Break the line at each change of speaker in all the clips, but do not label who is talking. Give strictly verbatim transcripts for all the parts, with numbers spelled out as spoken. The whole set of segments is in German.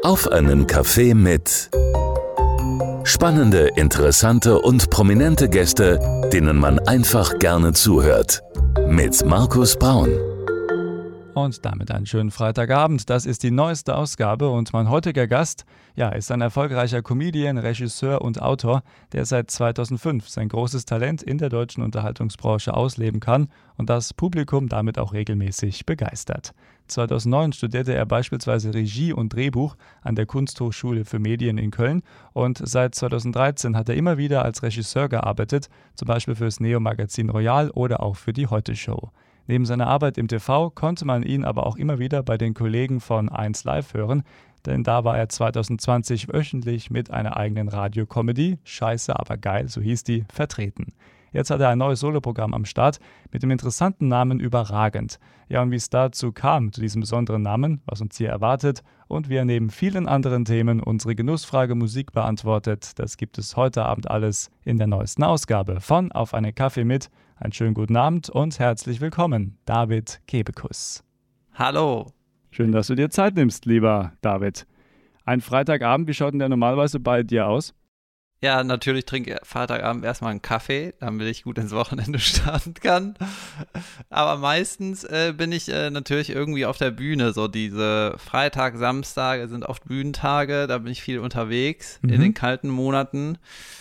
Auf einen Kaffee mit spannende, interessante und prominente Gäste, denen man einfach gerne zuhört. Mit Markus Braun.
Und damit einen schönen Freitagabend. Das ist die neueste Ausgabe und mein heutiger Gast, ja, ist ein erfolgreicher Comedian, Regisseur und Autor, der seit zweitausendfünf sein großes Talent in der deutschen Unterhaltungsbranche ausleben kann und das Publikum damit auch regelmäßig begeistert. zweitausendneun studierte er beispielsweise Regie und Drehbuch an der Kunsthochschule für Medien in Köln und seit zweitausenddreizehn hat er immer wieder als Regisseur gearbeitet, zum Beispiel fürs Neo-Magazin Royal oder auch für die Heute-Show. Neben seiner Arbeit im T V konnte man ihn aber auch immer wieder bei den Kollegen von eins Live hören, denn da war er zweitausendzwanzig wöchentlich mit einer eigenen Radiokomödie, Scheiße, aber geil, so hieß die, vertreten. Jetzt hat er ein neues Soloprogramm am Start mit dem interessanten Namen Überragend. Ja, und wie es dazu kam, zu diesem besonderen Namen, was uns hier erwartet und wie er neben vielen anderen Themen unsere Genussfrage Musik beantwortet, das gibt es heute Abend alles in der neuesten Ausgabe von Auf einen Kaffee mit. Einen schönen guten Abend und herzlich willkommen, David Kebekus.
Hallo.
Schön, dass du dir Zeit nimmst, lieber David. Ein Freitagabend, wie schaut denn der normalerweise bei dir aus?
Ja, natürlich trinke ich Freitagabend erstmal einen Kaffee, damit ich gut ins Wochenende starten kann. Aber meistens äh, bin ich äh, natürlich irgendwie auf der Bühne. So diese Freitag, Samstage sind oft Bühnentage, da bin ich viel unterwegs mhm. in den kalten Monaten.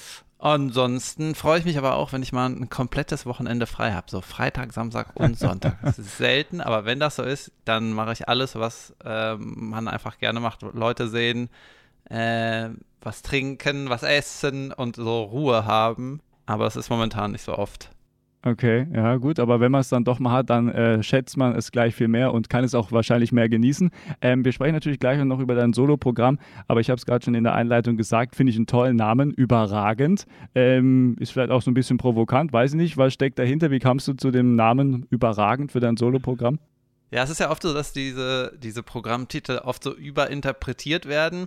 Ansonsten freue ich mich aber auch, wenn ich mal ein komplettes Wochenende frei habe. So Freitag, Samstag und Sonntag. Das ist selten, aber wenn das so ist, dann mache ich alles, was äh, man einfach gerne macht. Leute sehen, äh, was trinken, was essen und so Ruhe haben. Aber das ist momentan nicht so oft.
Okay, ja gut, aber wenn man es dann doch mal hat, dann äh, schätzt man es gleich viel mehr und kann es auch wahrscheinlich mehr genießen. Ähm, wir sprechen natürlich gleich noch über dein Soloprogramm, aber ich habe es gerade schon in der Einleitung gesagt, finde ich einen tollen Namen, Überragend. Ähm, ist vielleicht auch so ein bisschen provokant, weiß ich nicht, was steckt dahinter? Wie kamst du zu dem Namen Überragend für dein Soloprogramm?
Ja, es ist ja oft so, dass diese, diese Programmtitel oft so überinterpretiert werden.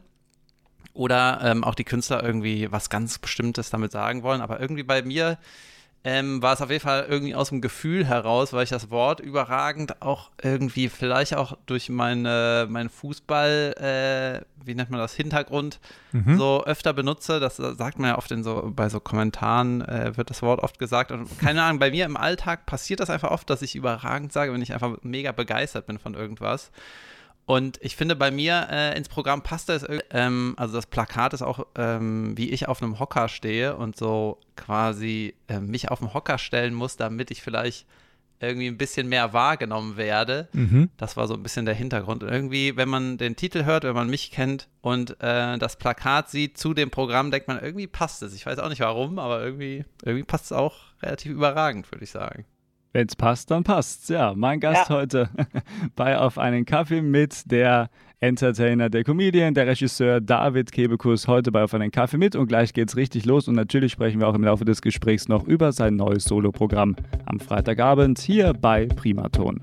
Oder ähm, auch die Künstler irgendwie was ganz Bestimmtes damit sagen wollen, aber irgendwie bei mir Ähm, war es auf jeden Fall irgendwie aus dem Gefühl heraus, weil ich das Wort überragend auch irgendwie vielleicht auch durch meine, meinen Fußball, äh, wie nennt man das, Hintergrund mhm. so öfter benutze. Das sagt man ja oft in so, bei so Kommentaren äh, wird das Wort oft gesagt. Und keine Ahnung, bei mir im Alltag passiert das einfach oft, dass ich überragend sage, wenn ich einfach mega begeistert bin von irgendwas. Und ich finde, bei mir äh, ins Programm passt das, ähm, also das Plakat ist auch, ähm, wie ich auf einem Hocker stehe und so quasi äh, mich auf den Hocker stellen muss, damit ich vielleicht irgendwie ein bisschen mehr wahrgenommen werde. Mhm. Das war so ein bisschen der Hintergrund. Und irgendwie, wenn man den Titel hört, wenn man mich kennt und äh, das Plakat sieht zu dem Programm, denkt man, irgendwie passt es. Ich weiß auch nicht warum, aber irgendwie, irgendwie passt es auch relativ überragend, würde ich sagen.
Wenn es passt, dann passt's. Ja, mein Gast ja. heute bei Auf einen Kaffee mit der Entertainer, der Comedian, der Regisseur David Kebekus, heute bei Auf einen Kaffee mit und gleich geht's richtig los und natürlich sprechen wir auch im Laufe des Gesprächs noch über sein neues Soloprogramm am Freitagabend hier bei Primaton.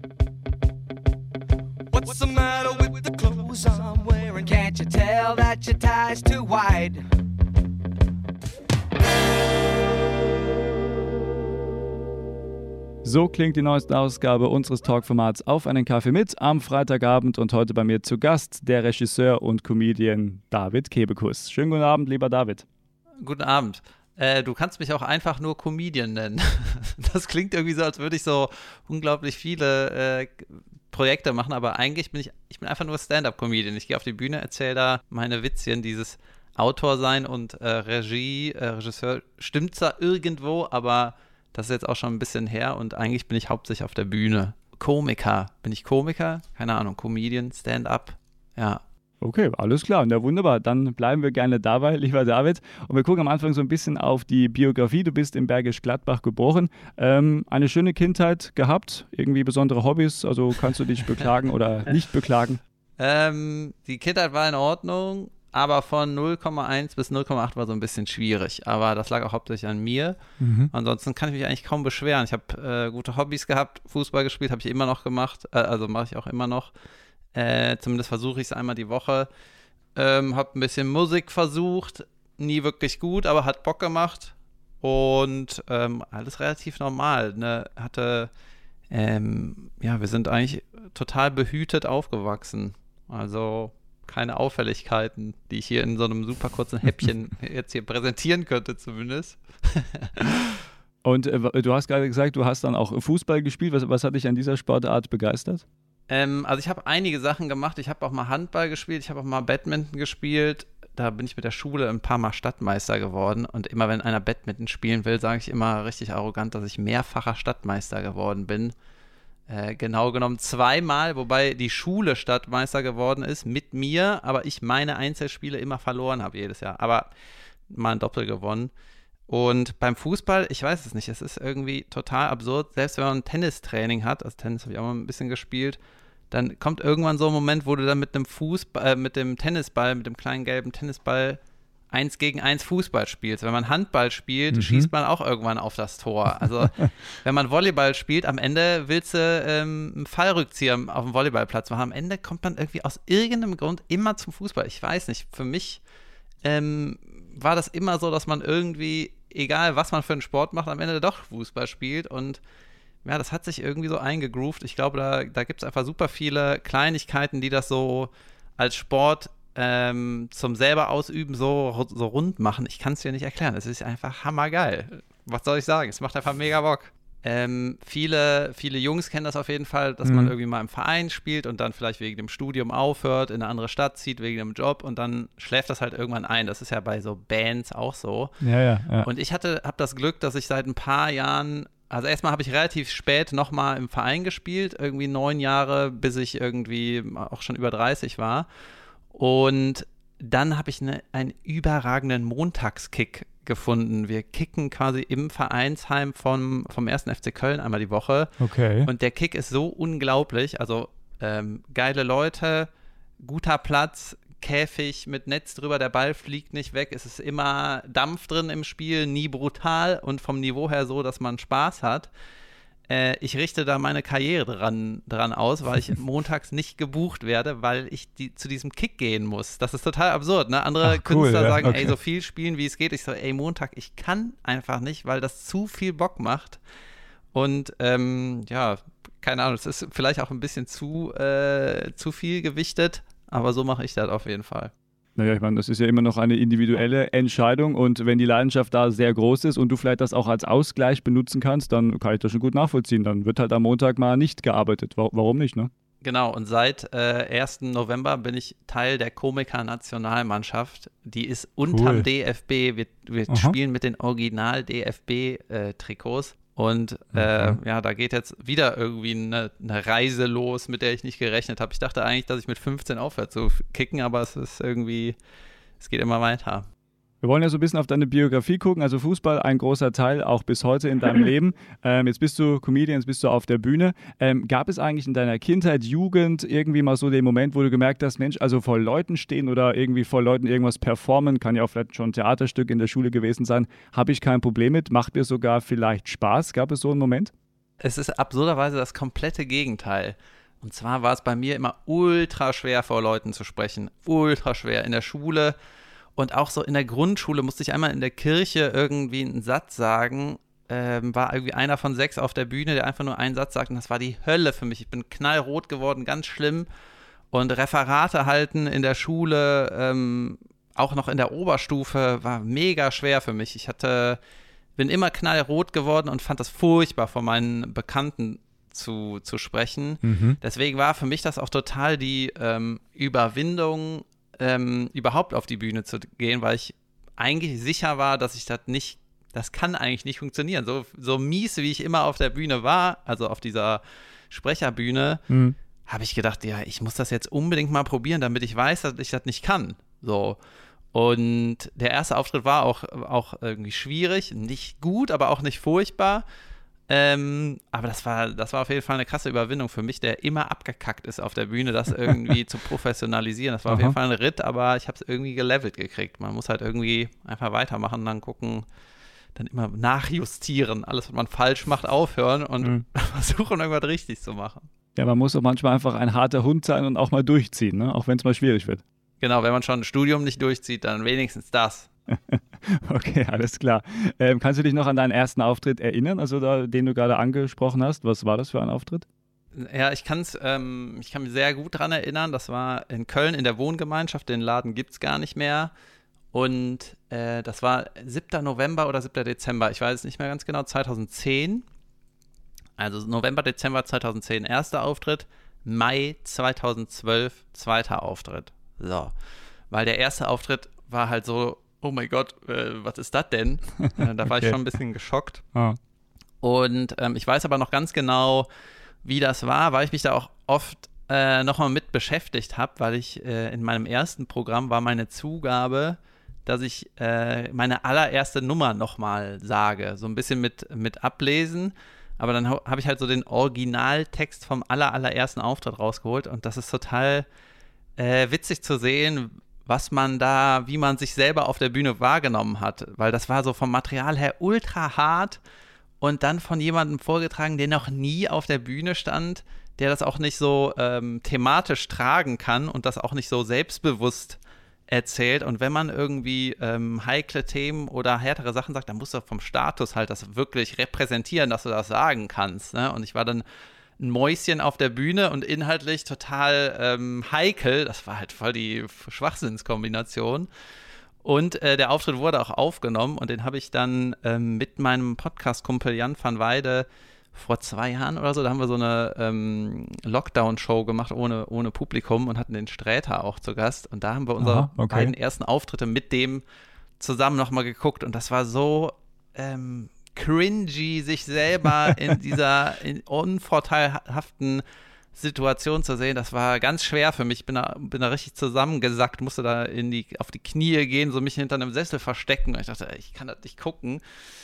What's the matter with the clothes I'm wearing? Can't you tell that your tie's too wide? So klingt die neueste Ausgabe unseres Talkformats Auf einen Kaffee mit am Freitagabend und heute bei mir zu Gast der Regisseur und Comedian David Kebekus. Schönen guten Abend, lieber David.
Guten Abend. Äh, du kannst mich auch einfach nur Comedian nennen. Das klingt irgendwie so, als würde ich so unglaublich viele äh, Projekte machen, aber eigentlich bin ich, ich bin einfach nur Stand-up-Comedian. Ich gehe auf die Bühne, erzähle da meine Witzchen, dieses Autor sein und äh, Regie, äh, Regisseur stimmt zwar irgendwo, aber das ist jetzt auch schon ein bisschen her und eigentlich bin ich hauptsächlich auf der Bühne. Komiker. Bin ich Komiker? Keine Ahnung. Comedian, Stand-up. Ja.
Okay, alles klar. Na wunderbar. Dann bleiben wir gerne dabei, lieber David. Und wir gucken am Anfang so ein bisschen auf die Biografie. Du bist in Bergisch Gladbach geboren. Ähm, eine schöne Kindheit gehabt? Irgendwie besondere Hobbys? Also kannst du dich beklagen oder nicht beklagen?
Ähm, die Kindheit war in Ordnung. Aber von null Komma eins bis null Komma acht war so ein bisschen schwierig. Aber das lag auch hauptsächlich an mir. Mhm. Ansonsten kann ich mich eigentlich kaum beschweren. Ich habe äh, gute Hobbys gehabt. Fußball gespielt habe ich immer noch gemacht. Äh, also mache ich auch immer noch. Äh, zumindest versuche ich es einmal die Woche. Ähm, habe ein bisschen Musik versucht. Nie wirklich gut, aber hat Bock gemacht. Und ähm, alles relativ normal. Ne? Hatte, ähm, ja, wir sind eigentlich total behütet aufgewachsen. Also keine Auffälligkeiten, die ich hier in so einem super kurzen Häppchen jetzt hier präsentieren könnte zumindest.
Und äh, du hast gerade gesagt, du hast dann auch Fußball gespielt. Was, was hat dich an dieser Sportart begeistert?
Ähm, also ich habe einige Sachen gemacht. Ich habe auch mal Handball gespielt, ich habe auch mal Badminton gespielt. Da bin ich mit der Schule ein paar Mal Stadtmeister geworden. Und immer wenn einer Badminton spielen will, sage ich immer richtig arrogant, dass ich mehrfacher Stadtmeister geworden bin. Äh, genau genommen zweimal, wobei die Schule Stadtmeister geworden ist mit mir, aber ich meine Einzelspiele immer verloren habe jedes Jahr. Aber mal ein Doppel gewonnen. Und beim Fußball, ich weiß es nicht, es ist irgendwie total absurd. Selbst wenn man ein Tennistraining hat, also Tennis habe ich auch mal ein bisschen gespielt, dann kommt irgendwann so ein Moment, wo du dann mit einem Fußball, äh, mit dem Tennisball, mit dem kleinen gelben Tennisball eins gegen eins Fußball spielst. Wenn man Handball spielt, mhm. schießt man auch irgendwann auf das Tor. Also wenn man Volleyball spielt, am Ende willst du ähm, einen Fallrückzieher auf dem Volleyballplatz machen. Am Ende kommt man irgendwie aus irgendeinem Grund immer zum Fußball. Ich weiß nicht, für mich ähm, war das immer so, dass man irgendwie, egal was man für einen Sport macht, am Ende doch Fußball spielt und ja, das hat sich irgendwie so eingegroovt. Ich glaube, da, da gibt es einfach super viele Kleinigkeiten, die das so als Sport ähm, zum selber ausüben so, so rund machen. Ich kann es dir nicht erklären. Es ist einfach hammergeil. Was soll ich sagen? Es macht einfach mega Bock. Ähm, viele, viele Jungs kennen das auf jeden Fall, dass mhm. man irgendwie mal im Verein spielt und dann vielleicht wegen dem Studium aufhört, in eine andere Stadt zieht, wegen dem Job und dann schläft das halt irgendwann ein. Das ist ja bei so Bands auch so.
Ja, ja, ja.
Und ich hatte, habe das Glück, dass ich seit ein paar Jahren, also erstmal habe ich relativ spät nochmal im Verein gespielt, irgendwie neun Jahre, bis ich irgendwie auch schon über dreißig war. Und dann habe ich eine, einen überragenden Montagskick gefunden. Wir kicken quasi im Vereinsheim vom, vom ersten F C Köln einmal die Woche.
Okay.
Und der Kick ist so unglaublich. Also ähm, geile Leute, guter Platz, Käfig mit Netz drüber, der Ball fliegt nicht weg. Es ist immer Dampf drin im Spiel, nie brutal und vom Niveau her so, dass man Spaß hat. Äh, ich richte da meine Karriere dran, dran aus, weil ich montags nicht gebucht werde, weil ich die, zu diesem Kick gehen muss. Das ist total absurd, ne? Andere
Ach, cool,
Künstler
ja,
sagen,
okay.
ey, so viel spielen, wie es geht. Ich so, ey, Montag, ich kann einfach nicht, weil das zu viel Bock macht. Und ähm, ja, keine Ahnung, es ist vielleicht auch ein bisschen zu, äh, zu viel gewichtet, aber so mache ich das auf jeden Fall.
Naja, ich meine, das ist ja immer noch eine individuelle Entscheidung und wenn die Leidenschaft da sehr groß ist und du vielleicht das auch als Ausgleich benutzen kannst, dann kann ich das schon gut nachvollziehen. Dann wird halt am Montag mal nicht gearbeitet. Warum nicht, ne?
Genau, und seit äh, ersten November bin ich Teil der Komiker-Nationalmannschaft. Die ist unterm cool. D F B. Wir, wir spielen mit den Original-D F B-Trikots. Und äh, mhm. ja, da geht jetzt wieder irgendwie eine, eine Reise los, mit der ich nicht gerechnet habe. Ich dachte eigentlich, dass ich mit fünfzehn aufhöre zu kicken, aber es ist irgendwie, es geht immer weiter.
Wir wollen ja so ein bisschen auf deine Biografie gucken, also Fußball ein großer Teil, auch bis heute in deinem Leben. Ähm, jetzt bist du Comedian, jetzt bist du auf der Bühne. Ähm, gab es eigentlich in deiner Kindheit, Jugend irgendwie mal so den Moment, wo du gemerkt hast, Mensch, also vor Leuten stehen oder irgendwie vor Leuten irgendwas performen, kann ja auch vielleicht schon ein Theaterstück in der Schule gewesen sein, habe ich kein Problem mit, macht mir sogar vielleicht Spaß. Gab es so einen Moment?
Es ist absurderweise das komplette Gegenteil. Und zwar war es bei mir immer ultra schwer, vor Leuten zu sprechen. Ultra schwer in der Schule. Und auch so in der Grundschule musste ich einmal in der Kirche irgendwie einen Satz sagen, ähm, war irgendwie einer von sechs auf der Bühne, der einfach nur einen Satz sagt und das war die Hölle für mich. Ich bin knallrot geworden, ganz schlimm. Und Referate halten in der Schule, ähm, auch noch in der Oberstufe, war mega schwer für mich. Ich hatte, bin immer knallrot geworden und fand das furchtbar, von meinen Bekannten zu, zu sprechen. Mhm. Deswegen war für mich das auch total die ähm, Überwindung, Ähm, überhaupt auf die Bühne zu gehen, weil ich eigentlich sicher war, dass ich das nicht, das kann eigentlich nicht funktionieren. So, so mies, wie ich immer auf der Bühne war, also auf dieser Sprecherbühne, mhm. habe ich gedacht, ja, ich muss das jetzt unbedingt mal probieren, damit ich weiß, dass ich das nicht kann. So. Und der erste Auftritt war auch, auch irgendwie schwierig, nicht gut, aber auch nicht furchtbar. Ähm, aber das war, das war auf jeden Fall eine krasse Überwindung für mich, der immer abgekackt ist auf der Bühne, das irgendwie zu professionalisieren. Das war Aha. auf jeden Fall ein Ritt, aber ich habe es irgendwie gelevelt gekriegt. Man muss halt irgendwie einfach weitermachen, dann gucken, dann immer nachjustieren, alles, was man falsch macht, aufhören und mhm. versuchen, irgendwas richtig zu machen.
Ja, man muss auch manchmal einfach ein harter Hund sein und auch mal durchziehen, ne? Auch wenn es mal schwierig wird.
Genau, wenn man schon ein Studium nicht durchzieht, dann wenigstens das.
Okay, alles klar. Ähm, kannst du dich noch an deinen ersten Auftritt erinnern, also da, den du gerade angesprochen hast? Was war das für ein Auftritt?
Ja, ich, kann's, ähm, ich kann mich sehr gut daran erinnern, das war in Köln in der Wohngemeinschaft, den Laden gibt es gar nicht mehr. Und äh, das war siebter November oder siebter Dezember, ich weiß es nicht mehr ganz genau, zweitausendzehn. Also November, Dezember zweitausendzehn erster Auftritt, Mai zweitausendzwölf zweiter Auftritt. So, weil der erste Auftritt war halt so, oh mein Gott, äh, was ist das denn? Äh, da war okay. ich schon ein bisschen geschockt. Oh. Und ähm, ich weiß aber noch ganz genau, wie das war, weil ich mich da auch oft äh, nochmal mit beschäftigt habe, weil ich äh, in meinem ersten Programm war meine Zugabe, dass ich äh, meine allererste Nummer nochmal sage, so ein bisschen mit, mit ablesen, aber dann habe ich halt so den Originaltext vom aller, allerersten Auftritt rausgeholt und das ist total äh, witzig zu sehen, was man da, wie man sich selber auf der Bühne wahrgenommen hat, weil das war so vom Material her ultra hart und dann von jemandem vorgetragen, der noch nie auf der Bühne stand, der das auch nicht so ähm, thematisch tragen kann und das auch nicht so selbstbewusst erzählt. Und wenn man irgendwie ähm, heikle Themen oder härtere Sachen sagt, dann musst du vom Status halt das wirklich repräsentieren, dass du das sagen kannst. Ne? Und ich war dann ein Mäuschen auf der Bühne und inhaltlich total ähm, heikel. Das war halt voll die Schwachsinnskombination. Und äh, der Auftritt wurde auch aufgenommen und den habe ich dann ähm, mit meinem Podcast-Kumpel Jan van Weide vor zwei Jahren oder so, da haben wir so eine ähm, Lockdown-Show gemacht ohne, ohne Publikum und hatten den Sträter auch zu Gast. Und da haben wir unsere Aha, okay. beiden ersten Auftritte mit dem zusammen nochmal geguckt. Und das war so ähm, cringy, sich selber in dieser in unvorteilhaften Situation zu sehen. Das war ganz schwer für mich. Ich bin da, bin da richtig zusammengesackt, musste da in die, auf die Knie gehen, so mich hinter einem Sessel verstecken. Und ich dachte, ich kann das nicht gucken.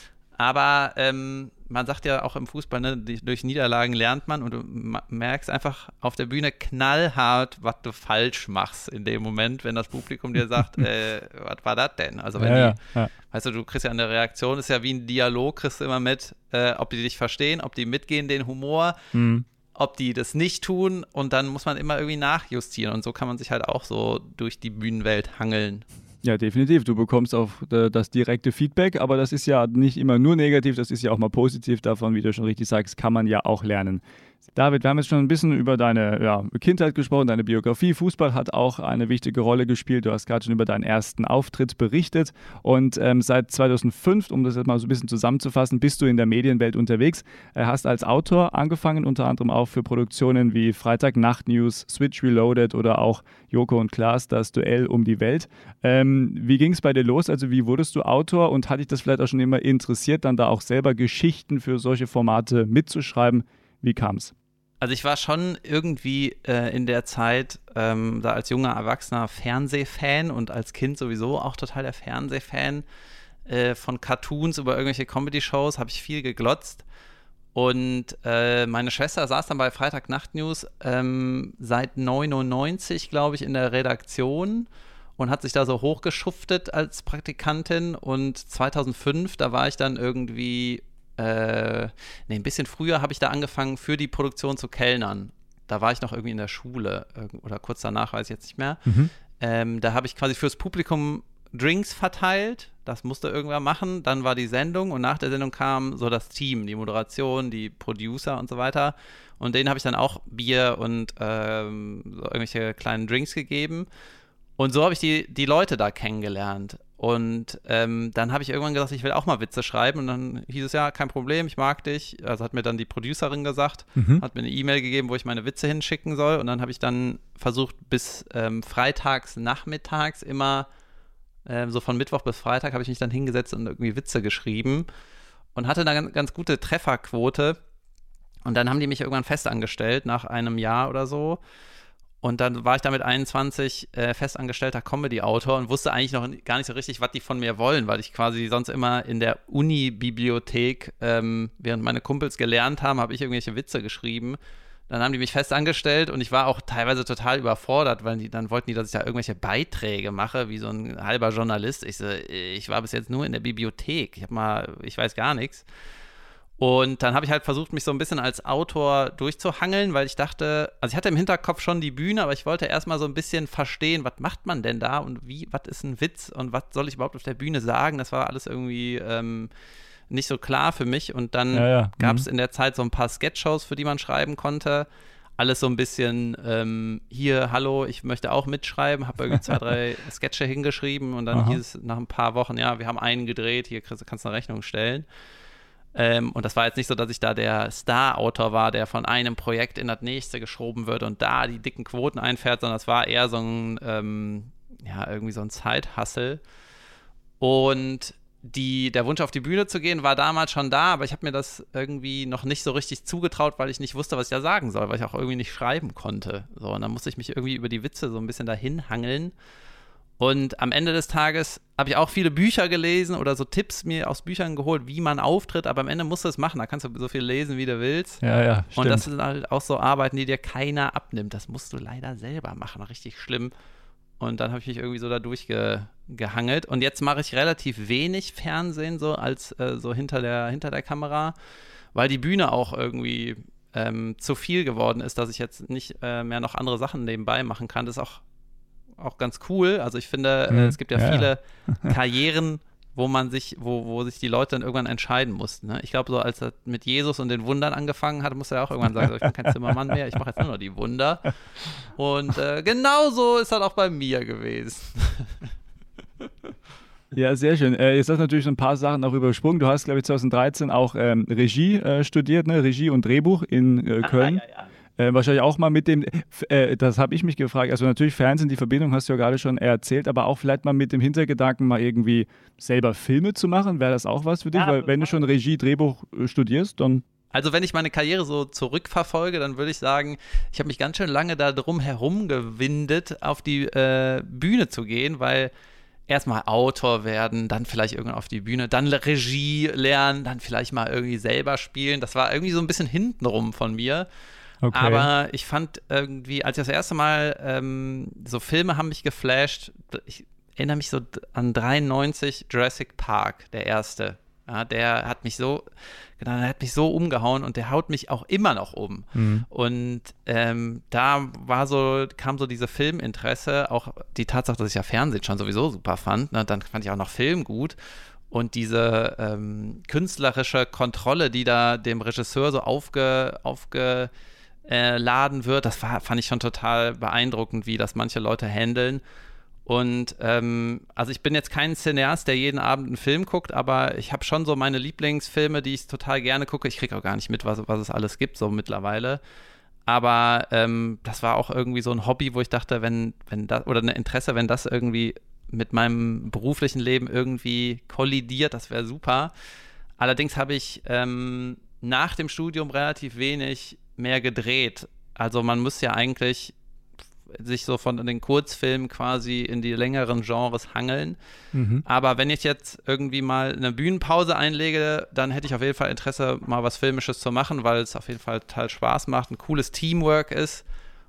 Aber ähm, man sagt ja auch im Fußball, ne, durch Niederlagen lernt man und du merkst einfach auf der Bühne knallhart, was du falsch machst in dem Moment, wenn das Publikum dir sagt, äh, was war das denn? Also wenn
ja,
die,
ja, ja.
weißt du, du kriegst ja eine Reaktion, ist ja wie ein Dialog, kriegst du immer mit, äh, ob die dich verstehen, ob die mitgehen, den Humor, mhm. ob die das nicht tun und dann muss man immer irgendwie nachjustieren und so kann man sich halt auch so durch die Bühnenwelt hangeln.
Ja, definitiv. Du bekommst auch äh, das direkte Feedback, aber das ist ja nicht immer nur negativ, das ist ja auch mal positiv. Davon, wie du schon richtig sagst, kann man ja auch lernen. David, wir haben jetzt schon ein bisschen über deine ja, Kindheit gesprochen, deine Biografie. Fußball hat auch eine wichtige Rolle gespielt. Du hast gerade schon über deinen ersten Auftritt berichtet. Und ähm, seit zweitausendfünf, um das jetzt mal so ein bisschen zusammenzufassen, bist du in der Medienwelt unterwegs. Äh, hast als Autor angefangen, unter anderem auch für Produktionen wie Freitag Nacht News, Switch Reloaded oder auch Joko und Klaas, das Duell um die Welt. Ähm, wie ging es bei dir los? Also wie wurdest du Autor und hat dich das vielleicht auch schon immer interessiert, dann da auch selber Geschichten für solche Formate mitzuschreiben? Wie kam es?
Also ich war schon irgendwie äh, in der Zeit ähm, da als junger Erwachsener Fernsehfan und als Kind sowieso auch total der Fernsehfan äh, von Cartoons über irgendwelche Comedy-Shows, habe ich viel geglotzt. Und äh, meine Schwester saß dann bei Freitag Nacht News ähm, seit neunundneunzig, glaube ich, in der Redaktion und hat sich da so hochgeschuftet als Praktikantin. Und zweitausendfünf, da war ich dann irgendwie Äh, nee, ein bisschen früher habe ich da angefangen, für die Produktion zu kellnern. Da war ich noch irgendwie in der Schule oder kurz danach, weiß ich jetzt nicht mehr. Mhm. Ähm, da habe ich quasi fürs Publikum Drinks verteilt. Das musste irgendwer machen. Dann war die Sendung und nach der Sendung kam so das Team, die Moderation, die Producer und so weiter. Und denen habe ich dann auch Bier und ähm, so irgendwelche kleinen Drinks gegeben. Und so habe ich die, die Leute da kennengelernt. Und ähm, dann habe ich irgendwann gesagt, ich will auch mal Witze schreiben. Und dann hieß es, ja, kein Problem, ich mag dich. Also hat mir dann die Producerin gesagt, mhm. hat mir eine E-Mail gegeben, wo ich meine Witze hinschicken soll. Und dann habe ich dann versucht, bis ähm, freitags, nachmittags immer, äh, so von Mittwoch bis Freitag, habe ich mich dann hingesetzt und irgendwie Witze geschrieben. Und hatte eine ganz, ganz gute Trefferquote. Und dann haben die mich irgendwann festangestellt, nach einem Jahr oder so. Und dann war ich da mit einundzwanzig äh, festangestellter Comedy-Autor und wusste eigentlich noch gar nicht so richtig, was die von mir wollen, weil ich quasi sonst immer in der Uni-Bibliothek, ähm, während meine Kumpels gelernt haben, habe ich irgendwelche Witze geschrieben. Dann haben die mich festangestellt und ich war auch teilweise total überfordert, weil die dann wollten die, dass ich da irgendwelche Beiträge mache, wie so ein halber Journalist. Ich so, ich war bis jetzt nur in der Bibliothek. Ich habe mal, ich weiß gar nichts. Und dann habe ich halt versucht, mich so ein bisschen als Autor durchzuhangeln, weil ich dachte, also ich hatte im Hinterkopf schon die Bühne, aber ich wollte erstmal so ein bisschen verstehen, was macht man denn da und wie, was ist ein Witz und was soll ich überhaupt auf der Bühne sagen? Das war alles irgendwie ähm, nicht so klar für mich. Und dann
ja, ja.
gab es
mhm.
in der Zeit so ein paar Sketch-Shows, für die man schreiben konnte. Alles so ein bisschen, ähm, hier, hallo, ich möchte auch mitschreiben, habe irgendwie zwei, drei Sketche hingeschrieben und dann
Aha.
hieß es nach ein paar Wochen, ja, wir haben einen gedreht, hier kannst, kannst du eine Rechnung stellen. Ähm, und das war jetzt nicht so, dass ich da der Star-Autor war, der von einem Projekt in das nächste geschoben wird und da die dicken Quoten einfährt, sondern es war eher so ein, ähm, ja, irgendwie so ein Side-Hustle. Und Die, der Wunsch auf die Bühne zu gehen war damals schon da, aber ich habe mir das irgendwie noch nicht so richtig zugetraut, weil ich nicht wusste, was ich da sagen soll, weil ich auch irgendwie nicht schreiben konnte. So, und dann musste ich mich irgendwie über die Witze so ein bisschen dahin hangeln. Und am Ende des Tages habe ich auch viele Bücher gelesen oder so Tipps mir aus Büchern geholt, wie man auftritt, aber am Ende musst du es machen, da kannst du so viel lesen, wie du willst.
Ja, ja, stimmt.
Und das sind halt auch so Arbeiten, die dir keiner abnimmt. Das musst du leider selber machen, richtig schlimm. Und dann habe ich mich irgendwie so da durchgehangelt. Und jetzt mache ich relativ wenig Fernsehen so als äh, so hinter der, hinter der Kamera, weil die Bühne auch irgendwie ähm, zu viel geworden ist, dass ich jetzt nicht äh, mehr noch andere Sachen nebenbei machen kann. Das ist auch, auch ganz cool. Also ich finde,
mhm.
äh, es gibt ja,
ja
viele
ja.
Karrieren, wo man sich, wo, wo sich die Leute dann irgendwann entscheiden mussten. Ne? Ich glaube, so als er mit Jesus und den Wundern angefangen hat, musste er auch irgendwann sagen, so, ich bin kein Zimmermann mehr, ich mache jetzt nur noch die Wunder. Und äh, genau so ist das auch bei mir gewesen.
Ja, sehr schön. Äh, jetzt hast du natürlich so ein paar Sachen auch übersprungen. Du hast, glaube ich, zwanzig dreizehn auch ähm, Regie äh, studiert, ne? Regie und Drehbuch in äh, Köln.
Ah, ja, ja.
Äh, wahrscheinlich auch mal mit dem, äh, das habe ich mich gefragt, also natürlich Fernsehen, die Verbindung hast du ja gerade schon erzählt, aber auch vielleicht mal mit dem Hintergedanken, mal irgendwie selber Filme zu machen, wäre das auch was für dich?
Ja,
weil wenn du schon Regie, Drehbuch äh, studierst, dann...
Also wenn ich meine Karriere so zurückverfolge, dann würde ich sagen, ich habe mich ganz schön lange da drum herum gewindet, auf die äh, Bühne zu gehen, weil erstmal Autor werden, dann vielleicht irgendwann auf die Bühne, dann Regie lernen, dann vielleicht mal irgendwie selber spielen. Das war irgendwie so ein bisschen hintenrum von mir.
Okay.
Aber ich fand irgendwie, als ich das erste Mal, ähm, so Filme haben mich geflasht, ich erinnere mich so an dreiundneunzig, Jurassic Park, der erste. Ja, der hat mich so, genau, der hat mich so umgehauen und der haut mich auch immer noch um.
Mhm.
Und ähm, da war so, kam so diese Filminteresse, auch die Tatsache, dass ich ja Fernsehen schon sowieso super fand, ne, dann fand ich auch noch Film gut. Und diese ähm, künstlerische Kontrolle, die da dem Regisseur so aufge, aufge Äh, laden wird, das war, fand ich schon total beeindruckend, wie das manche Leute handeln. Und ähm, also ich bin jetzt kein Cineast, der jeden Abend einen Film guckt, aber ich habe schon so meine Lieblingsfilme, die ich total gerne gucke. Ich kriege auch gar nicht mit, was, was es alles gibt, so mittlerweile. Aber ähm, das war auch irgendwie so ein Hobby, wo ich dachte, wenn, wenn das, oder ein Interesse, wenn das irgendwie mit meinem beruflichen Leben irgendwie kollidiert, das wäre super. Allerdings habe ich ähm, nach dem Studium relativ wenig mehr gedreht. Also man muss ja eigentlich sich so von den Kurzfilmen quasi in die längeren Genres hangeln.
Mhm.
Aber wenn ich jetzt irgendwie mal eine Bühnenpause einlege, dann hätte ich auf jeden Fall Interesse, mal was Filmisches zu machen, weil es auf jeden Fall total Spaß macht, ein cooles Teamwork ist.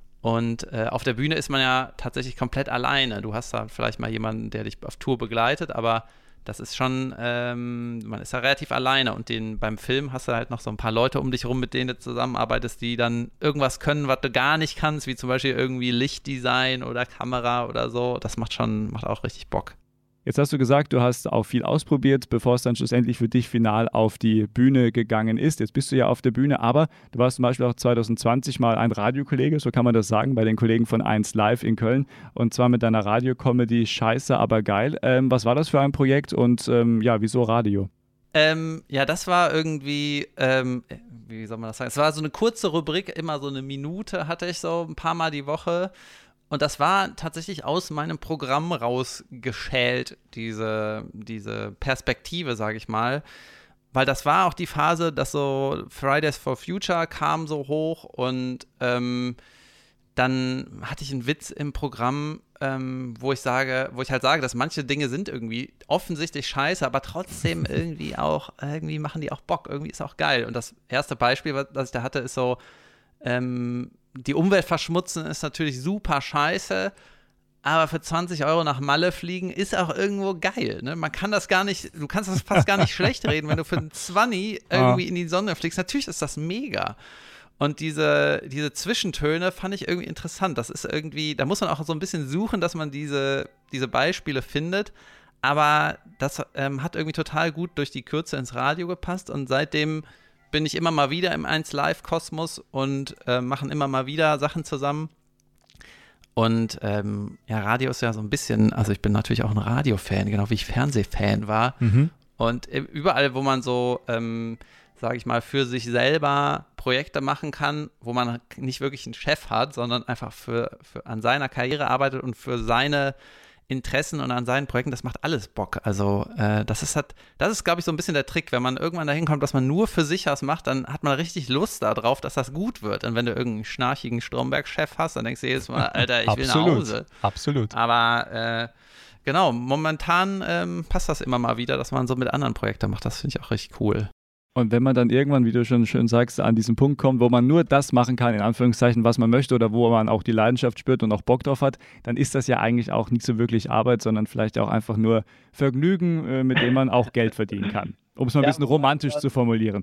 Und äh, auf der Bühne ist man ja tatsächlich komplett alleine. Du hast da vielleicht mal jemanden, der dich auf Tour begleitet, aber das ist schon, ähm, man ist ja relativ alleine und den, beim Film hast du halt noch so ein paar Leute um dich rum, mit denen du zusammenarbeitest, die dann irgendwas können, was du gar nicht kannst, wie zum Beispiel irgendwie Lichtdesign oder Kamera oder so. Das macht schon, macht auch richtig Bock.
Jetzt hast du gesagt, du hast auch viel ausprobiert, bevor es dann schlussendlich für dich final auf die Bühne gegangen ist. Jetzt bist du ja auf der Bühne, aber du warst zum Beispiel auch zwanzig zwanzig mal ein Radiokollege, so kann man das sagen, bei den Kollegen von eins Live in Köln und zwar mit deiner Radiocomedy Scheiße, aber geil. Ähm, was war das für ein Projekt und ähm, ja, wieso Radio?
Ähm, ja, das war irgendwie, ähm, wie soll man das sagen? Es war so eine kurze Rubrik, immer so eine Minute hatte ich so ein paar Mal die Woche. Und das war tatsächlich aus meinem Programm rausgeschält, diese, diese Perspektive, sage ich mal. Weil das war auch die Phase, dass so Fridays for Future kam so hoch und ähm, dann hatte ich einen Witz im Programm, ähm, wo ich sage, wo ich halt sage, dass manche Dinge sind irgendwie offensichtlich scheiße, aber trotzdem irgendwie auch, irgendwie machen die auch Bock, irgendwie ist auch geil. Und das erste Beispiel, was das ich da hatte, ist so, ähm, die Umwelt verschmutzen ist natürlich super scheiße, aber für zwanzig Euro nach Malle fliegen ist auch irgendwo geil. Ne? Man kann das gar nicht, du kannst das fast gar nicht schlecht reden, wenn du für einen zwanzig irgendwie in die Sonne fliegst. Natürlich ist das mega. Und diese, diese Zwischentöne fand ich irgendwie interessant. Das ist irgendwie, da muss man auch so ein bisschen suchen, dass man diese, diese Beispiele findet. aber das ähm, hat irgendwie total gut durch die Kürze ins Radio gepasst und seitdem bin ich immer mal wieder im eins Live-Kosmos und äh, machen immer mal wieder Sachen zusammen. Und ähm, ja, Radio ist ja so ein bisschen, also ich bin natürlich auch ein Radio-Fan, genau wie ich Fernsehfan war. Mhm. Und überall, wo man so, ähm, sage ich mal, für sich selber Projekte machen kann, wo man nicht wirklich einen Chef hat, sondern einfach für, für an seiner Karriere arbeitet und für seine Interessen und an seinen Projekten, das macht alles Bock. Also äh, das ist halt, das ist, glaube ich, so ein bisschen der Trick. Wenn man irgendwann dahin kommt, dass man nur für sich was macht, dann hat man richtig Lust darauf, dass das gut wird. Und wenn du irgendeinen schnarchigen Stromberg-Chef hast, dann denkst du jedes Mal, Alter, ich will nach Hause.
Absolut.
Aber äh, genau, momentan ähm, passt das immer mal wieder, dass man so mit anderen Projekten macht. Das finde ich auch richtig cool.
Und wenn man dann irgendwann, wie du schon schön sagst, an diesen Punkt kommt, wo man nur das machen kann, in Anführungszeichen, was man möchte oder wo man auch die Leidenschaft spürt und auch Bock drauf hat, dann ist das ja eigentlich auch nicht so wirklich Arbeit, sondern vielleicht auch einfach nur Vergnügen, äh, mit dem man auch Geld verdienen kann. Um es mal ein bisschen romantisch zu formulieren.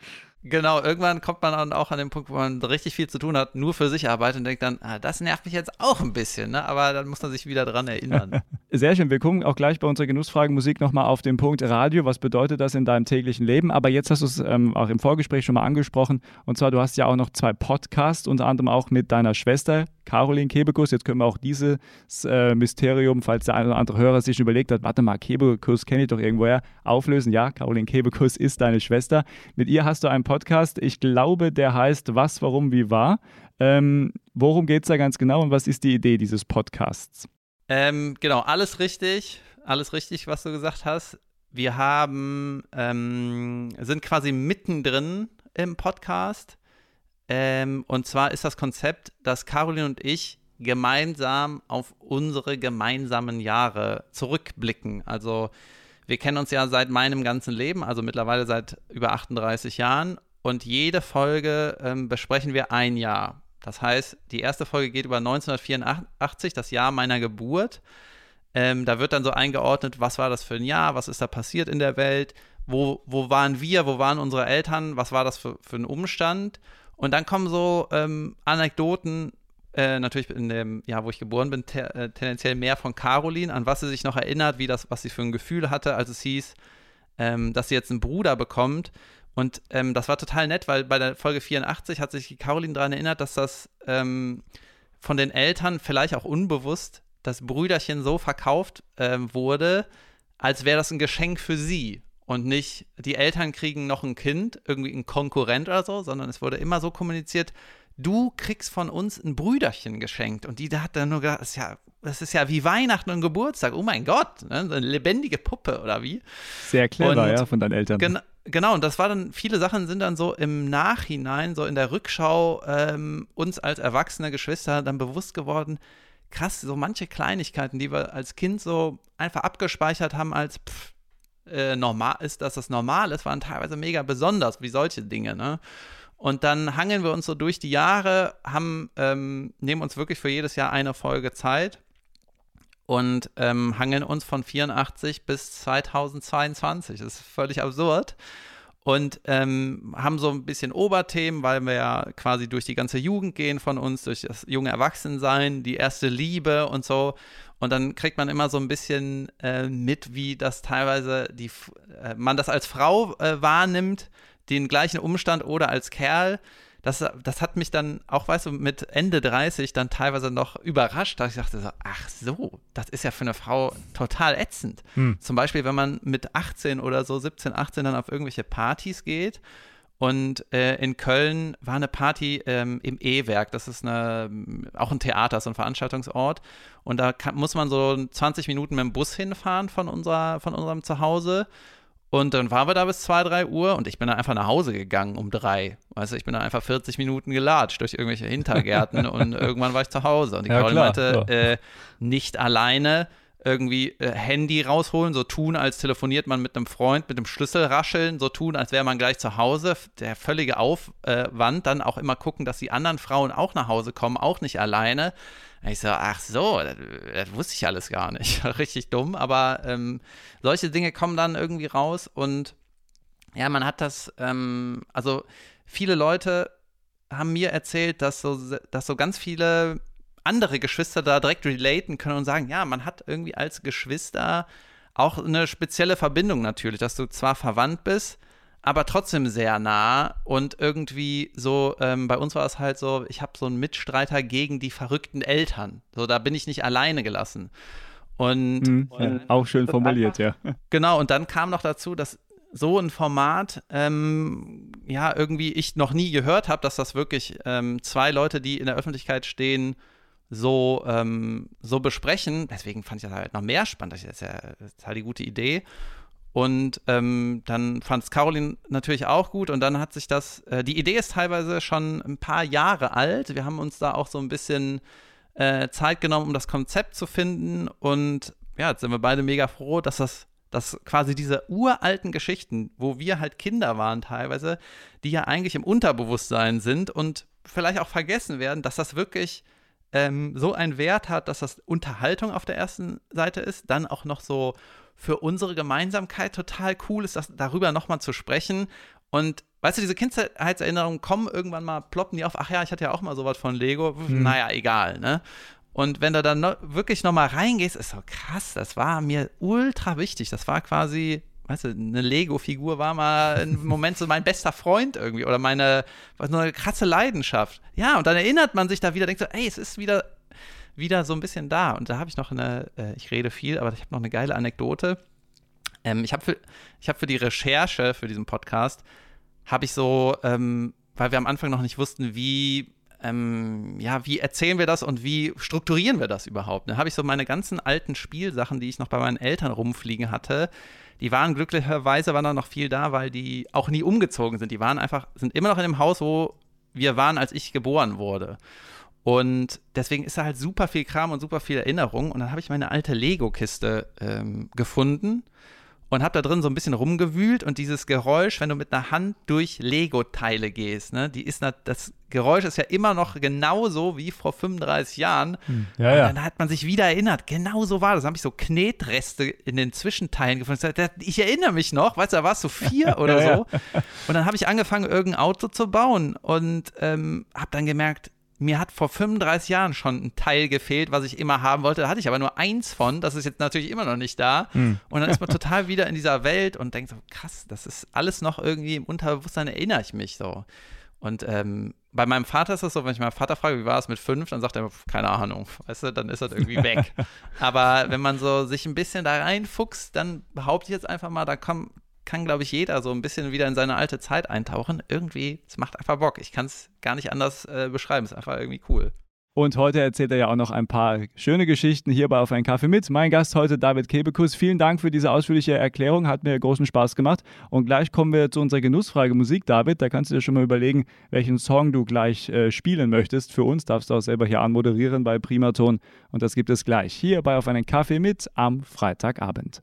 Genau, irgendwann kommt man dann auch an den Punkt, wo man richtig viel zu tun hat, nur für sich arbeitet und denkt dann, ah, das nervt mich jetzt auch ein bisschen, ne? Aber dann muss man sich wieder dran erinnern.
Sehr schön, wir gucken auch gleich bei unserer Genussfragen Musik nochmal auf den Punkt Radio, was bedeutet das in deinem täglichen Leben? Aber jetzt hast du es ähm, auch im Vorgespräch schon mal angesprochen und zwar, du hast ja auch noch zwei Podcasts, unter anderem auch mit deiner Schwester Caroline Kebekus. Jetzt können wir auch dieses äh, Mysterium, falls der eine oder andere Hörer sich überlegt hat, warte mal, Kebekus kenne ich doch irgendwoher, auflösen. Ja, Caroline Kebekus ist deine Schwester. Mit ihr hast du einen Podcast, ich glaube, der heißt Was, Warum, Wie, War. Ähm, worum geht es da ganz genau und was ist die Idee dieses Podcasts?
Ähm, genau, alles richtig, alles richtig, was du gesagt hast. Wir haben, ähm, sind quasi mittendrin im Podcast. Ähm, und zwar ist das Konzept, dass Caroline und ich gemeinsam auf unsere gemeinsamen Jahre zurückblicken. Also wir kennen uns ja seit meinem ganzen Leben, also mittlerweile seit über achtunddreißig Jahren. Und jede Folge ähm, besprechen wir ein Jahr. Das heißt, die erste Folge geht über neunzehnhundertvierundachtzig, das Jahr meiner Geburt. Ähm, da wird dann so eingeordnet, was war das für ein Jahr, was ist da passiert in der Welt, wo, wo waren wir, wo waren unsere Eltern, was war das für, für ein Umstand. Und dann kommen so ähm, Anekdoten, äh, natürlich in dem Jahr, wo ich geboren bin, te- äh, tendenziell mehr von Caroline, an was sie sich noch erinnert, wie das, was sie für ein Gefühl hatte, als es hieß, ähm, dass sie jetzt einen Bruder bekommt. Und ähm, das war total nett, weil bei der Folge vierundachtzig hat sich die Caroline daran erinnert, dass das ähm, von den Eltern vielleicht auch unbewusst das Brüderchen so verkauft ähm, wurde, als wäre das ein Geschenk für sie. Und nicht, die Eltern kriegen noch ein Kind, irgendwie ein Konkurrent oder so, sondern es wurde immer so kommuniziert, du kriegst von uns ein Brüderchen geschenkt. Und die da hat dann nur gedacht, das ist ja, das ist ja wie Weihnachten und Geburtstag. Oh mein Gott, ne? So eine lebendige Puppe oder wie?
Sehr clever,
und,
ja, von deinen Eltern.
Gen- genau, und das war dann, viele Sachen sind dann so im Nachhinein, so in der Rückschau ähm, uns als erwachsene Geschwister dann bewusst geworden, krass, so manche Kleinigkeiten, die wir als Kind so einfach abgespeichert haben als pff, äh, normal ist, dass das normal ist, waren teilweise mega besonders, wie solche Dinge, ne? Und dann hangeln wir uns so durch die Jahre, haben, ähm, nehmen uns wirklich für jedes Jahr eine Folge Zeit und ähm, hangeln uns von vierundachtzig bis zweitausendzweiundzwanzig. Das ist völlig absurd. Und ähm, haben so ein bisschen Oberthemen, weil wir ja quasi durch die ganze Jugend gehen von uns, durch das junge Erwachsensein, die erste Liebe und so. Und dann kriegt man immer so ein bisschen äh, mit, wie das teilweise die, äh, man das als Frau äh, wahrnimmt, den gleichen Umstand oder als Kerl. Das, das hat mich dann auch, weißt du, mit Ende dreißig dann teilweise noch überrascht, dass ich dachte so, ach so, das ist ja für eine Frau total ätzend. Hm. Zum Beispiel, wenn man mit achtzehn oder so, siebzehn, achtzehn dann auf irgendwelche Partys geht und äh, in Köln war eine Party ähm, im E-Werk, das ist eine, auch ein Theater, so ein Veranstaltungsort und da kann, muss man so zwanzig Minuten mit dem Bus hinfahren von, unserer, von unserem Zuhause. Und dann waren wir da bis zwei, drei Uhr und ich bin dann einfach nach Hause gegangen um drei. Weißt du, ich bin dann einfach vierzig Minuten gelatscht durch irgendwelche Hintergärten und irgendwann war ich zu Hause. Und die
ja,
Caroline meinte,
ja.
äh, nicht alleine irgendwie äh, Handy rausholen, so tun, als telefoniert man mit einem Freund, mit dem Schlüssel rascheln, so tun, als wäre man gleich zu Hause. Der völlige Aufwand, dann auch immer gucken, dass die anderen Frauen auch nach Hause kommen, auch nicht alleine. Ich so, ach so, das, das wusste ich alles gar nicht. Richtig dumm, aber ähm, solche Dinge kommen dann irgendwie raus und ja, man hat das, ähm, also viele Leute haben mir erzählt, dass so, dass so ganz viele andere Geschwister da direkt relaten können und sagen, ja, man hat irgendwie als Geschwister auch eine spezielle Verbindung natürlich, dass du zwar verwandt bist, aber trotzdem sehr nah und irgendwie so, ähm, bei uns war es halt so, ich habe so einen Mitstreiter gegen die verrückten Eltern. So, da bin ich nicht alleine gelassen. Und,
mhm,
und
ja, auch schön formuliert, einfach, ja.
Genau, und dann kam noch dazu, dass so ein Format, ähm, ja, irgendwie ich noch nie gehört habe, dass das wirklich ähm, zwei Leute, die in der Öffentlichkeit stehen, so, ähm, so besprechen. Deswegen fand ich das halt noch mehr spannend. Das ist ja total die gute Idee. Und ähm, dann fand es Caroline natürlich auch gut. Und dann hat sich das, äh, die Idee ist teilweise schon ein paar Jahre alt. Wir haben uns da auch so ein bisschen äh, Zeit genommen, um das Konzept zu finden. Und ja, jetzt sind wir beide mega froh, dass das dass quasi diese uralten Geschichten, wo wir halt Kinder waren teilweise, die ja eigentlich im Unterbewusstsein sind und vielleicht auch vergessen werden, dass das wirklich ähm, so einen Wert hat, dass das Unterhaltung auf der ersten Seite ist, dann auch noch so für unsere Gemeinsamkeit total cool ist, das, darüber nochmal zu sprechen. Und weißt du, diese Kindheitserinnerungen kommen irgendwann mal, ploppen die auf, ach ja, ich hatte ja auch mal sowas von Lego, hm. naja, egal, ne? Und wenn du dann no, wirklich nochmal reingehst, ist so krass, das war mir ultra wichtig. Das war quasi, weißt du, eine Lego-Figur war mal im Moment so mein bester Freund irgendwie oder meine, so eine krasse Leidenschaft. Ja, und dann erinnert man sich da wieder, denkt so, ey, es ist wieder, wieder so ein bisschen da. Und da habe ich noch eine, äh, ich rede viel, aber ich habe noch eine geile Anekdote. Ähm, ich habe für, ich hab für die Recherche für diesen Podcast, habe ich so, ähm, weil wir am Anfang noch nicht wussten, wie Ähm, ja, wie erzählen wir das und wie strukturieren wir das überhaupt? Dann habe ich so meine ganzen alten Spielsachen, die ich noch bei meinen Eltern rumfliegen hatte, die waren glücklicherweise, waren da noch viel da, weil die auch nie umgezogen sind. Die waren einfach, sind immer noch in dem Haus, wo wir waren, als ich geboren wurde. Und deswegen ist da halt super viel Kram und super viel Erinnerung. Und dann habe ich meine alte Lego-Kiste ähm, gefunden und habe da drin so ein bisschen rumgewühlt und dieses Geräusch, wenn du mit einer Hand durch Lego-Teile gehst, ne, die ist, das Geräusch ist ja immer noch genauso wie vor fünfunddreißig Jahren.
Hm. Ja,
und
ja.
dann hat man sich wieder erinnert, genau so war das. Dann habe ich so Knetreste in den Zwischenteilen gefunden. Ich erinnere mich noch, weißt du, da warst du vier oder
ja,
so. Ja. Und dann habe ich angefangen, irgendein Auto zu bauen und ähm, habe dann gemerkt, mir hat vor fünfunddreißig Jahren schon ein Teil gefehlt, was ich immer haben wollte. Da hatte ich aber nur eins von. Das ist jetzt natürlich immer noch nicht da. Hm. Und dann ist man total wieder in dieser Welt und denkt so, krass, das ist alles noch irgendwie im Unterbewusstsein, erinnere ich mich so. Und ähm, bei meinem Vater ist es so, wenn ich meinen Vater frage, wie war es mit fünf, dann sagt er, keine Ahnung, weißt du, dann ist das irgendwie weg. Aber wenn man so sich ein bisschen da reinfuchst, dann behaupte ich jetzt einfach mal, da kommt kann, glaube ich, jeder so ein bisschen wieder in seine alte Zeit eintauchen. Irgendwie, es macht einfach Bock. Ich kann es gar nicht anders äh, beschreiben. Es ist einfach irgendwie cool.
Und heute erzählt er ja auch noch ein paar schöne Geschichten hier bei Auf einen Kaffee mit. Mein Gast heute, David Kebekus. Vielen Dank für diese ausführliche Erklärung. Hat mir großen Spaß gemacht. Und gleich kommen wir zu unserer Genussfrage Musik, David. Da kannst du dir schon mal überlegen, welchen Song du gleich äh, spielen möchtest. Für uns darfst du auch selber hier anmoderieren bei Primaton. Und das gibt es gleich hier bei Auf einen Kaffee mit am Freitagabend.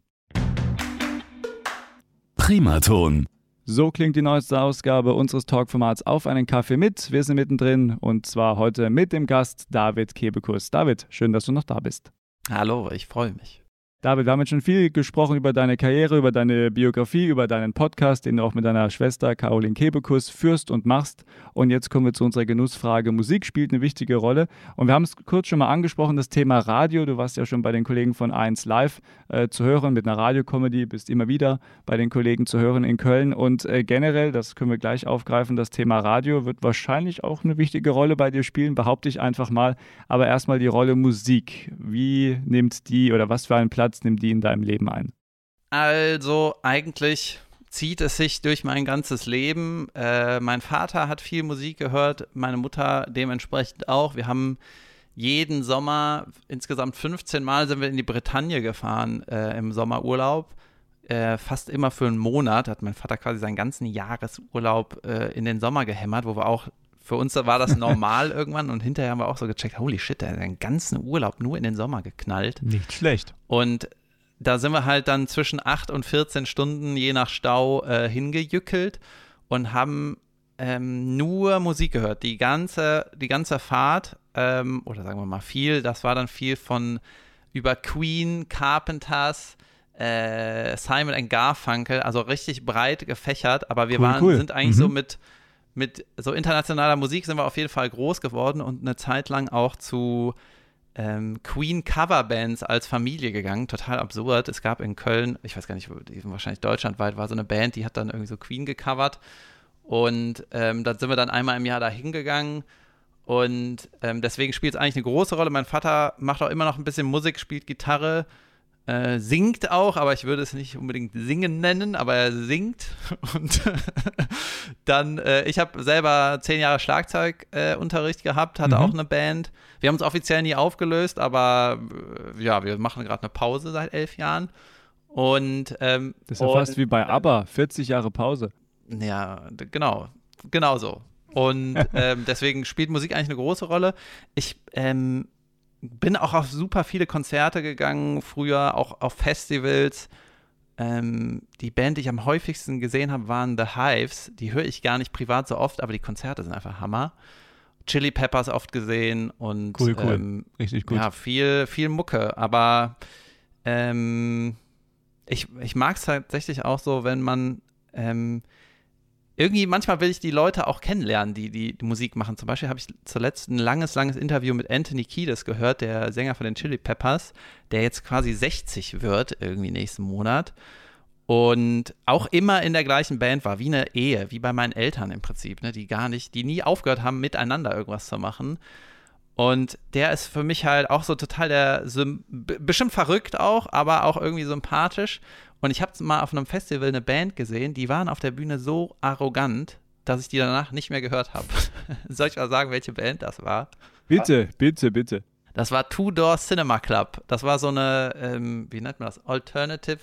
Primaton.
So klingt die neueste Ausgabe unseres Talkformats Auf einen Kaffee mit. Wir sind mittendrin und zwar heute mit dem Gast David Kebekus. David, schön, dass du noch da bist.
Hallo, ich freue mich.
David, wir haben jetzt schon viel gesprochen über deine Karriere, über deine Biografie, über deinen Podcast, den du auch mit deiner Schwester Caroline Kebekus führst und machst. Und jetzt kommen wir zu unserer Genussfrage. Musik spielt eine wichtige Rolle. Und wir haben es kurz schon mal angesprochen, das Thema Radio. Du warst ja schon bei den Kollegen von eins Live äh, zu hören mit einer Radiokomödie, bist immer wieder bei den Kollegen zu hören in Köln. Und äh, generell, das können wir gleich aufgreifen, das Thema Radio wird wahrscheinlich auch eine wichtige Rolle bei dir spielen, behaupte ich einfach mal. Aber erstmal die Rolle Musik. Wie nimmt die oder was für einen Platz nimmt die in deinem Leben ein?
Also eigentlich zieht es sich durch mein ganzes Leben. Äh, mein Vater hat viel Musik gehört, meine Mutter dementsprechend auch. Wir haben jeden Sommer, insgesamt fünfzehn Mal sind wir in die Bretagne gefahren äh, im Sommerurlaub. Äh, fast immer für einen Monat hat mein Vater quasi seinen ganzen Jahresurlaub äh, in den Sommer gehämmert, wo wir auch für uns war das normal irgendwann und hinterher haben wir auch so gecheckt, holy shit, der hat den ganzen Urlaub nur in den Sommer geknallt.
Nicht schlecht.
Und da sind wir halt dann zwischen acht und vierzehn Stunden je nach Stau äh, hingejückelt und haben ähm, nur Musik gehört. Die ganze, die ganze Fahrt, ähm, oder sagen wir mal viel, das war dann viel von über Queen, Carpenters, äh, Simon and Garfunkel, also richtig breit gefächert, aber wir
cool,
waren,
cool.
sind eigentlich
mhm.
so mit Mit so internationaler Musik sind wir auf jeden Fall groß geworden und eine Zeit lang auch zu ähm, Queen-Coverbands als Familie gegangen, total absurd. Es gab in Köln, ich weiß gar nicht, wahrscheinlich deutschlandweit, war so eine Band, die hat dann irgendwie so Queen gecovert und ähm, da sind wir dann einmal im Jahr da hingegangen und ähm, deswegen spielt es eigentlich eine große Rolle. Mein Vater macht auch immer noch ein bisschen Musik, spielt Gitarre, Äh, singt auch, aber ich würde es nicht unbedingt singen nennen, aber er singt. Und dann, äh, ich habe selber zehn Jahre Schlagzeugunterricht äh, gehabt, hatte mhm. auch eine Band. Wir haben uns offiziell nie aufgelöst, aber äh, ja, wir machen gerade eine Pause seit elf Jahren. Und ähm,
das ist ja
und,
fast wie bei ABBA, vierzig Jahre Pause.
Ja, d- genau, genau so. Und ähm, deswegen spielt Musik eigentlich eine große Rolle. Ich ähm, bin auch auf super viele Konzerte gegangen, früher auch auf Festivals. Ähm, die Band, die ich am häufigsten gesehen habe, waren The Hives. Die höre ich gar nicht privat so oft, aber die Konzerte sind einfach Hammer. Chili Peppers oft gesehen und
cool, cool.
Ähm,
richtig gut.
Ja, viel, viel Mucke, aber ähm, ich, ich mag es tatsächlich auch so, wenn man ähm, irgendwie, manchmal will ich die Leute auch kennenlernen, die, die die Musik machen. Zum Beispiel habe ich zuletzt ein langes, langes Interview mit Anthony Kiedis gehört, der Sänger von den Chili Peppers, der jetzt quasi sechzig wird, irgendwie nächsten Monat. Und auch immer in der gleichen Band war, wie eine Ehe, wie bei meinen Eltern im Prinzip, ne, die gar nicht, die nie aufgehört haben, miteinander irgendwas zu machen. Und der ist für mich halt auch so total der, bestimmt verrückt auch, aber auch irgendwie sympathisch. Und ich habe mal auf einem Festival eine Band gesehen, die waren auf der Bühne so arrogant, dass ich die danach nicht mehr gehört habe. Soll ich mal sagen, welche Band das war?
Bitte, bitte, bitte.
Das war Two Door Cinema Club. Das war so eine, ähm, wie nennt man das, Alternative,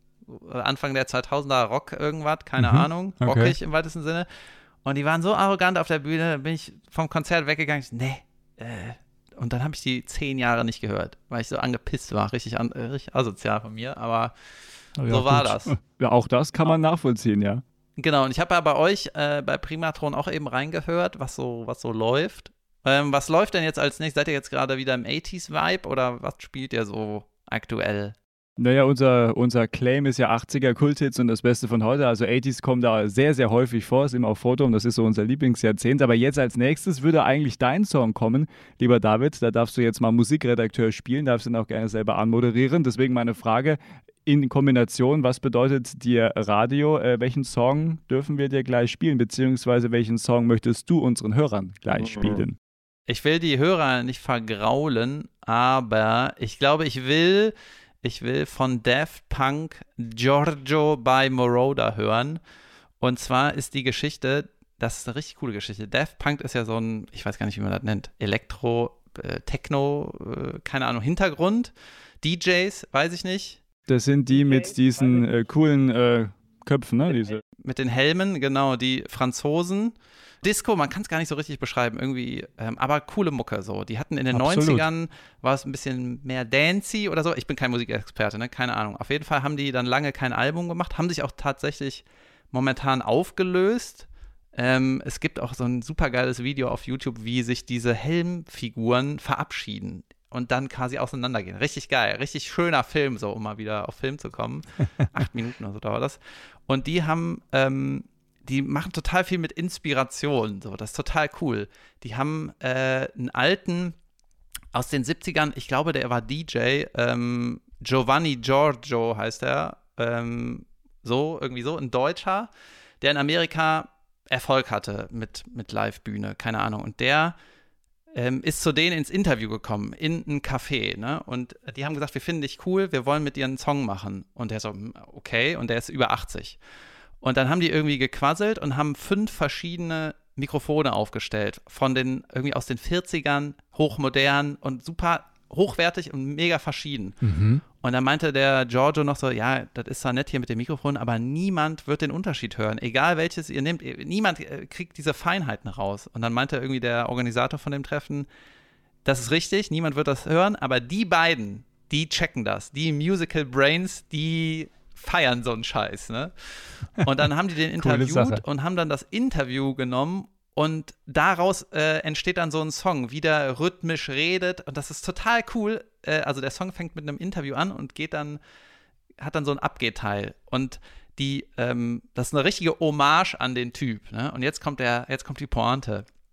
Anfang der zweitausender Rock irgendwas, keine mhm, Ahnung,
okay.
Rockig im weitesten Sinne. Und die waren so arrogant auf der Bühne, dann bin ich vom Konzert weggegangen, ich, nee, äh, und dann habe ich die zehn Jahre nicht gehört, weil ich so angepisst war, richtig, an, richtig asozial von mir, aber ja, so war gut. Das.
Ja, auch das kann man nachvollziehen, ja.
Genau, und ich habe ja bei euch äh, bei Primatron auch eben reingehört, was so, was so läuft. Ähm, was läuft denn jetzt als nächstes? Seid ihr jetzt gerade wieder im achtziger-Vibe oder was spielt ihr so aktuell?
Naja, unser, unser Claim ist ja achtziger-Kulthits und das Beste von heute. Also achtziger kommen da sehr, sehr häufig vor, ist immer auf Foto und das ist so unser Lieblingsjahrzehnt. Aber jetzt als nächstes würde eigentlich dein Song kommen, lieber David. Da darfst du jetzt mal Musikredakteur spielen, darfst ihn auch gerne selber anmoderieren. Deswegen meine Frage in Kombination, was bedeutet dir Radio? Äh, welchen Song dürfen wir dir gleich spielen, beziehungsweise welchen Song möchtest du unseren Hörern gleich spielen?
Ich will die Hörer nicht vergraulen, aber ich glaube, ich will... Ich will von Daft Punk Giorgio by Moroder hören. Und zwar ist die Geschichte, das ist eine richtig coole Geschichte. Daft Punk ist ja so ein, ich weiß gar nicht, wie man das nennt, Elektro, äh, Techno, äh, keine Ahnung, Hintergrund. D Js, weiß ich nicht.
Das sind die mit diesen äh, coolen äh, Köpfen, ne? Diese.
Mit den Helmen, genau, die Franzosen. Disco, man kann es gar nicht so richtig beschreiben, irgendwie, ähm, aber coole Mucke so. Die hatten in den
Absolut.
neunzigern, war es ein bisschen mehr dancey oder so. Ich bin kein Musikexperte, ne? Keine Ahnung. Auf jeden Fall haben die dann lange kein Album gemacht, haben sich auch tatsächlich momentan aufgelöst. Ähm, es gibt auch so ein super geiles Video auf YouTube, wie sich diese Helmfiguren verabschieden und dann quasi auseinandergehen. Richtig geil, richtig schöner Film, so, um mal wieder auf Film zu kommen. Acht Minuten oder so dauert das. Und die haben, ähm, die machen total viel mit Inspiration, so, das ist total cool. Die haben äh, einen alten aus den siebzigern, ich glaube, der war D J, ähm, Giovanni Giorgio heißt er, ähm, so, irgendwie so, ein Deutscher, der in Amerika Erfolg hatte mit, mit Live-Bühne, keine Ahnung. Und der ähm, ist zu denen ins Interview gekommen, in ein Café, ne? Und die haben gesagt, wir finden dich cool, wir wollen mit dir einen Song machen. Und der so, okay, und der ist über achtzig. Und dann haben die irgendwie gequasselt und haben fünf verschiedene Mikrofone aufgestellt, von den, irgendwie aus den vierzigern, hochmodern und super hochwertig und mega verschieden. Mhm. Und dann meinte der Giorgio noch so, ja, das ist zwar nett hier mit dem Mikrofon, aber niemand wird den Unterschied hören, egal welches ihr nehmt, niemand kriegt diese Feinheiten raus. Und dann meinte irgendwie der Organisator von dem Treffen, das ist richtig, niemand wird das hören, aber die beiden, die checken das, die Musical Brains, die feiern so einen Scheiß, ne? Und dann haben die den interviewt und haben dann das Interview genommen und daraus äh, entsteht dann so ein Song, wie der rhythmisch redet und das ist total cool. Äh, also der Song fängt mit einem Interview an und geht dann, hat dann so ein Abgehteil und die, ähm, das ist eine richtige Hommage an den Typ, ne? Und jetzt kommt der, jetzt kommt die Pointe.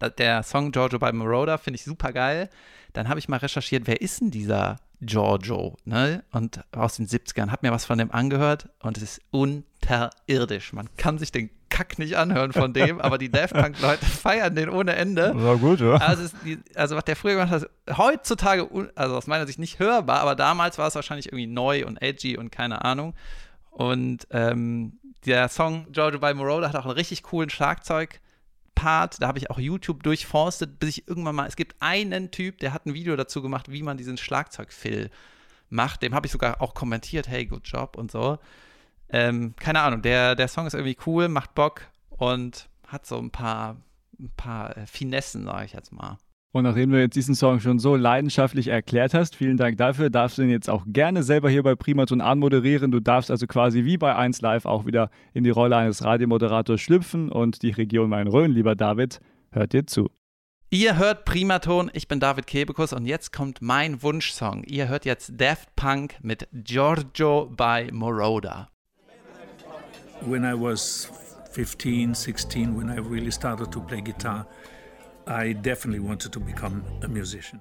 der Song Giorgio by Moroder finde ich super geil. Dann habe ich mal recherchiert, wer ist denn dieser Giorgio, ne? Und aus den siebzigern, habe mir was von dem angehört und es ist unterirdisch. Man kann sich den Kack nicht anhören von dem, aber die Daft Punk-Leute feiern den ohne Ende.
War gut, ja.
Also, es, also was der früher gemacht hat, heutzutage, also aus meiner Sicht nicht hörbar, aber damals war es wahrscheinlich irgendwie neu und edgy und keine Ahnung. Und ähm, der Song Giorgio by Moroder hat auch einen richtig coolen Schlagzeug-Part. Da habe ich auch YouTube durchforstet, bis ich irgendwann mal, es gibt einen Typ, der hat ein Video dazu gemacht, wie man diesen Schlagzeugfill macht. Dem habe ich sogar auch kommentiert, hey, good job und so. Ähm, keine Ahnung, der, der Song ist irgendwie cool, macht Bock und hat so ein paar, ein paar Finessen, sage ich jetzt mal.
Und nachdem du jetzt diesen Song schon so leidenschaftlich erklärt hast, vielen Dank dafür, darfst du ihn jetzt auch gerne selber hier bei Primaton anmoderieren. Du darfst also quasi wie bei eins Live auch wieder in die Rolle eines Radiomoderators schlüpfen und die Region Main-Rhön, lieber David, hört dir zu.
Ihr hört Primaton, ich bin David Kebekus und jetzt kommt mein Wunschsong. Ihr hört jetzt Daft Punk mit Giorgio by Moroder.
When I was fifteen, sixteen, when I really started to play guitar, I definitely wanted to become a musician.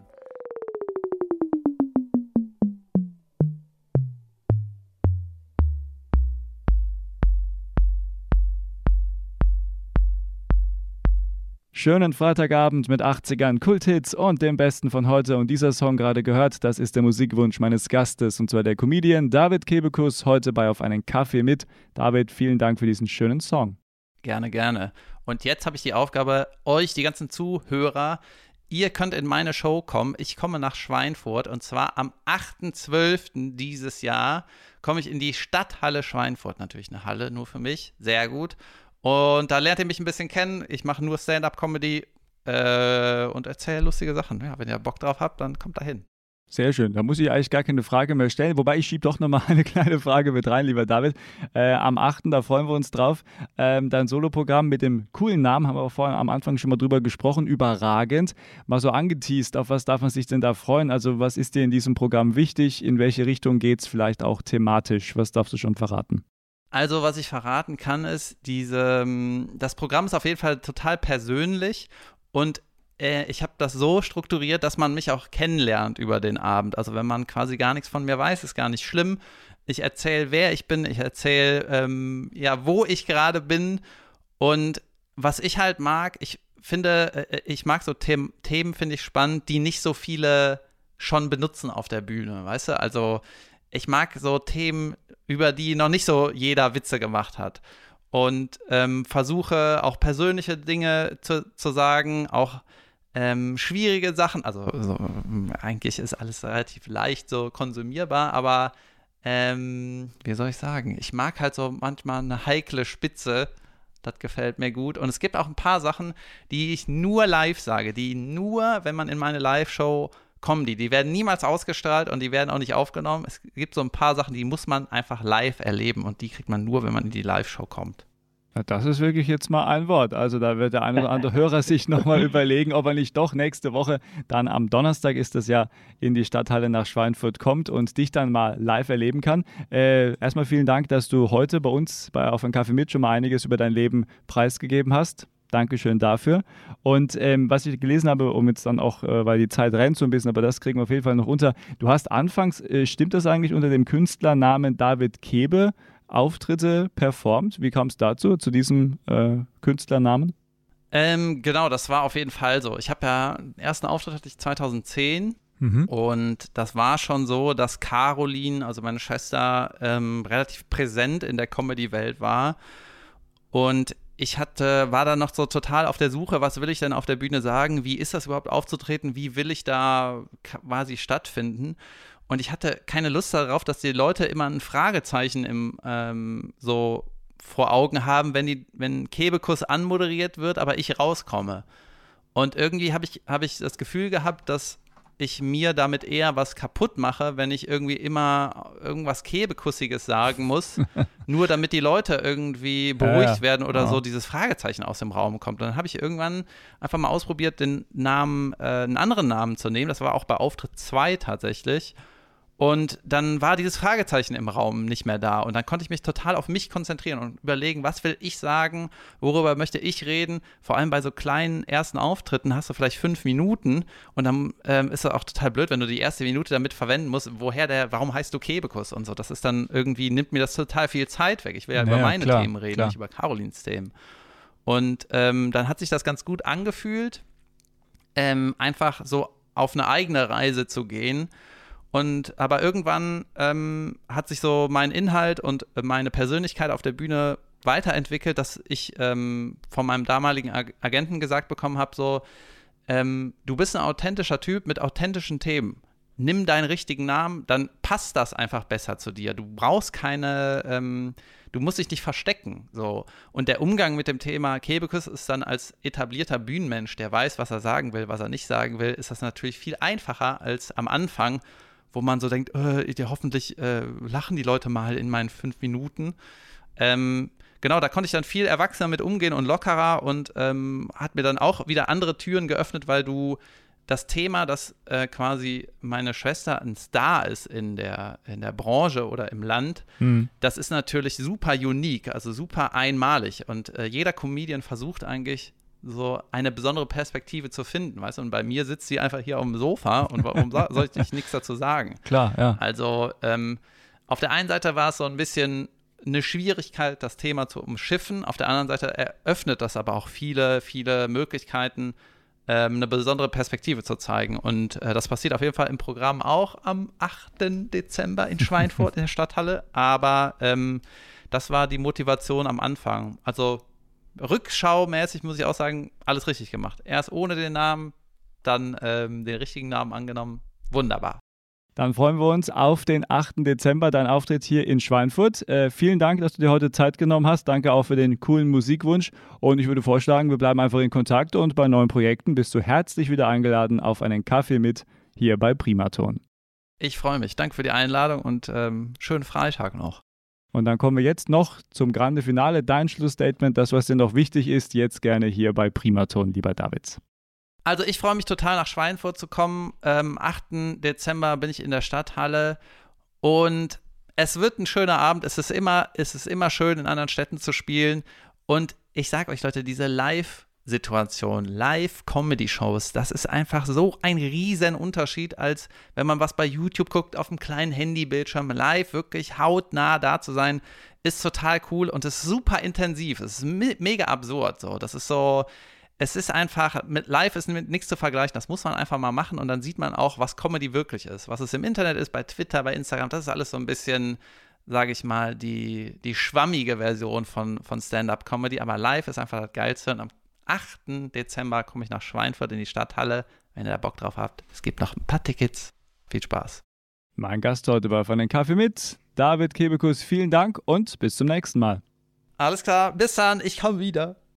Schönen Freitagabend mit achtzigern Kulthits und dem Besten von heute. Und dieser Song gerade gehört, das ist der Musikwunsch meines Gastes, und zwar der Comedian David Kebekus, heute bei Auf einen Kaffee mit. David, vielen Dank für diesen schönen Song.
Gerne, gerne. Und jetzt habe ich die Aufgabe, euch, die ganzen Zuhörer, ihr könnt in meine Show kommen. Ich komme nach Schweinfurt und zwar am achten zwölften dieses Jahr komme ich in die Stadthalle Schweinfurt. Natürlich eine Halle, nur für mich. Sehr gut. Und da lernt ihr mich ein bisschen kennen. Ich mache nur Stand-up-Comedy äh, und erzähle lustige Sachen. Ja, wenn ihr Bock drauf habt, dann kommt da hin.
Sehr schön. Da muss ich eigentlich gar keine Frage mehr stellen. Wobei, ich schiebe doch nochmal eine kleine Frage mit rein, lieber David. Äh, am achten, da freuen wir uns drauf. Ähm, dein Soloprogramm mit dem coolen Namen, haben wir auch vorhin am Anfang schon mal drüber gesprochen, überragend. Mal so angeteast, auf was darf man sich denn da freuen? Also was ist dir in diesem Programm wichtig? In welche Richtung geht es vielleicht auch thematisch? Was darfst du schon verraten?
Also, was ich verraten kann, ist, diese, das Programm ist auf jeden Fall total persönlich und äh, ich habe das so strukturiert, dass man mich auch kennenlernt über den Abend. Also, wenn man quasi gar nichts von mir weiß, ist gar nicht schlimm. Ich erzähle, wer ich bin, ich erzähle, ähm, ja, wo ich gerade bin und was ich halt mag, ich finde, äh, ich mag so Themen, Themen finde ich spannend, die nicht so viele schon benutzen auf der Bühne, weißt du? Also, ich mag so Themen, über die noch nicht so jeder Witze gemacht hat. Und ähm, versuche auch persönliche Dinge zu, zu sagen, auch ähm, schwierige Sachen. Also so, eigentlich ist alles relativ leicht so konsumierbar, aber ähm, wie soll ich sagen? Ich mag halt so manchmal eine heikle Spitze. Das gefällt mir gut. Und es gibt auch ein paar Sachen, die ich nur live sage, die nur, wenn man in meine Live-Show kommen die. Die werden niemals ausgestrahlt und die werden auch nicht aufgenommen. Es gibt so ein paar Sachen, die muss man einfach live erleben und die kriegt man nur, wenn man in die Live-Show kommt.
Ja, das ist wirklich jetzt mal ein Wort. Also da wird der eine oder andere Hörer sich nochmal überlegen, ob er nicht doch nächste Woche, dann am Donnerstag ist es ja, in die Stadthalle nach Schweinfurt kommt und dich dann mal live erleben kann. Äh, erstmal vielen Dank, dass du heute bei uns bei Auf einen Kaffee mit schon mal einiges über dein Leben preisgegeben hast. Dankeschön dafür. Und ähm, was ich gelesen habe, um jetzt dann auch, äh, weil die Zeit rennt so ein bisschen, aber das kriegen wir auf jeden Fall noch unter. Du hast anfangs, äh, stimmt das eigentlich, unter dem Künstlernamen David Kebe Auftritte performt? Wie kam es dazu, zu diesem äh, Künstlernamen?
Ähm, genau, das war auf jeden Fall so. Ich habe ja, den ersten Auftritt hatte ich zweitausendzehn mhm. und das war schon so, dass Caroline, also meine Schwester, ähm, relativ präsent in der Comedy-Welt war und ich hatte, war da noch so total auf der Suche, was will ich denn auf der Bühne sagen, wie ist das überhaupt aufzutreten, wie will ich da quasi stattfinden und ich hatte keine Lust darauf, dass die Leute immer ein Fragezeichen im, ähm, so vor Augen haben, wenn, die, wenn Kebekus anmoderiert wird, aber ich rauskomme und irgendwie habe ich, hab ich das Gefühl gehabt, dass ich mir damit eher was kaputt mache, wenn ich irgendwie immer irgendwas Kebekussiges sagen muss, nur damit die Leute irgendwie beruhigt ja, ja. werden oder ja. so dieses Fragezeichen aus dem Raum kommt. Und dann habe ich irgendwann einfach mal ausprobiert, den Namen, äh, einen anderen Namen zu nehmen. Das war auch bei Auftritt zwei tatsächlich. Und dann war dieses Fragezeichen im Raum nicht mehr da. Und dann konnte ich mich total auf mich konzentrieren und überlegen, was will ich sagen, worüber möchte ich reden. Vor allem bei so kleinen ersten Auftritten hast du vielleicht fünf Minuten und dann ähm, ist es auch total blöd, wenn du die erste Minute damit verwenden musst, woher der, warum heißt du Kebekus und so. Das ist dann irgendwie, nimmt mir das total viel Zeit weg. Ich will ja, ja über meine klar, Themen reden, klar. nicht über Carolins Themen. Und ähm, dann hat sich das ganz gut angefühlt, ähm, einfach so auf eine eigene Reise zu gehen. Und aber irgendwann ähm, hat sich so mein Inhalt und meine Persönlichkeit auf der Bühne weiterentwickelt, dass ich ähm, von meinem damaligen Ag- Agenten gesagt bekommen habe, so, ähm, du bist ein authentischer Typ mit authentischen Themen. Nimm deinen richtigen Namen, dann passt das einfach besser zu dir. Du brauchst keine, ähm, du musst dich nicht verstecken. So. Und der Umgang mit dem Thema Kebekus ist dann als etablierter Bühnenmensch, der weiß, was er sagen will, was er nicht sagen will, ist das natürlich viel einfacher als am Anfang, wo man so denkt, äh, ja, hoffentlich äh, lachen die Leute mal in meinen fünf Minuten. Ähm, genau, da konnte ich dann viel erwachsener mit umgehen und lockerer und ähm, hat mir dann auch wieder andere Türen geöffnet, weil du das Thema, dass äh, quasi meine Schwester ein Star ist in der, in der Branche oder im Land, mhm. das ist natürlich super unique, also super einmalig. Und äh, jeder Comedian versucht eigentlich, so eine besondere Perspektive zu finden, weißt du? Und bei mir sitzt sie einfach hier auf dem Sofa und warum soll ich nichts dazu sagen?
Klar, ja.
Also ähm, auf der einen Seite war es so ein bisschen eine Schwierigkeit, das Thema zu umschiffen. Auf der anderen Seite eröffnet das aber auch viele, viele Möglichkeiten, ähm, eine besondere Perspektive zu zeigen. Und äh, das passiert auf jeden Fall im Programm auch am achten Dezember in Schweinfurt in der Stadthalle. Aber ähm, das war die Motivation am Anfang. Also rückschaumäßig muss ich auch sagen, alles richtig gemacht. Erst ohne den Namen, dann ähm, den richtigen Namen angenommen. Wunderbar.
Dann freuen wir uns auf den achten Dezember, dein Auftritt hier in Schweinfurt. Äh, vielen Dank, dass du dir heute Zeit genommen hast. Danke auch für den coolen Musikwunsch. Und ich würde vorschlagen, wir bleiben einfach in Kontakt und bei neuen Projekten bist du herzlich wieder eingeladen auf einen Kaffee mit hier bei Primaton.
Ich freue mich. Danke für die Einladung und ähm, schönen Freitag noch.
Und dann kommen wir jetzt noch zum Grande Finale. Dein Schlussstatement, das, was dir noch wichtig ist, jetzt gerne hier bei Primaton, lieber David.
Also ich freue mich total, nach Schweinfurt zu kommen. Am achten Dezember bin ich in der Stadthalle und es wird ein schöner Abend. Es ist immer, es ist immer schön, in anderen Städten zu spielen. Und ich sage euch, Leute, diese Live-Situation, Live-Comedy-Shows, das ist einfach so ein riesen Unterschied, als wenn man was bei YouTube guckt, auf einem kleinen Handybildschirm. Live wirklich hautnah da zu sein, ist total cool und ist super intensiv. Es ist me- mega absurd. So. Das ist so... Es ist einfach, mit Live ist mit nichts zu vergleichen, das muss man einfach mal machen und dann sieht man auch, was Comedy wirklich ist. Was es im Internet ist, bei Twitter, bei Instagram, das ist alles so ein bisschen, sage ich mal, die, die schwammige Version von, von Stand-Up-Comedy, aber Live ist einfach das Geilste und am achten Dezember komme ich nach Schweinfurt in die Stadthalle, wenn ihr da Bock drauf habt. Es gibt noch ein paar Tickets. Viel Spaß.
Mein Gast heute war von den Kaffee mit, David Kebekus, vielen Dank und bis zum nächsten Mal.
Alles klar, bis dann, ich komme wieder.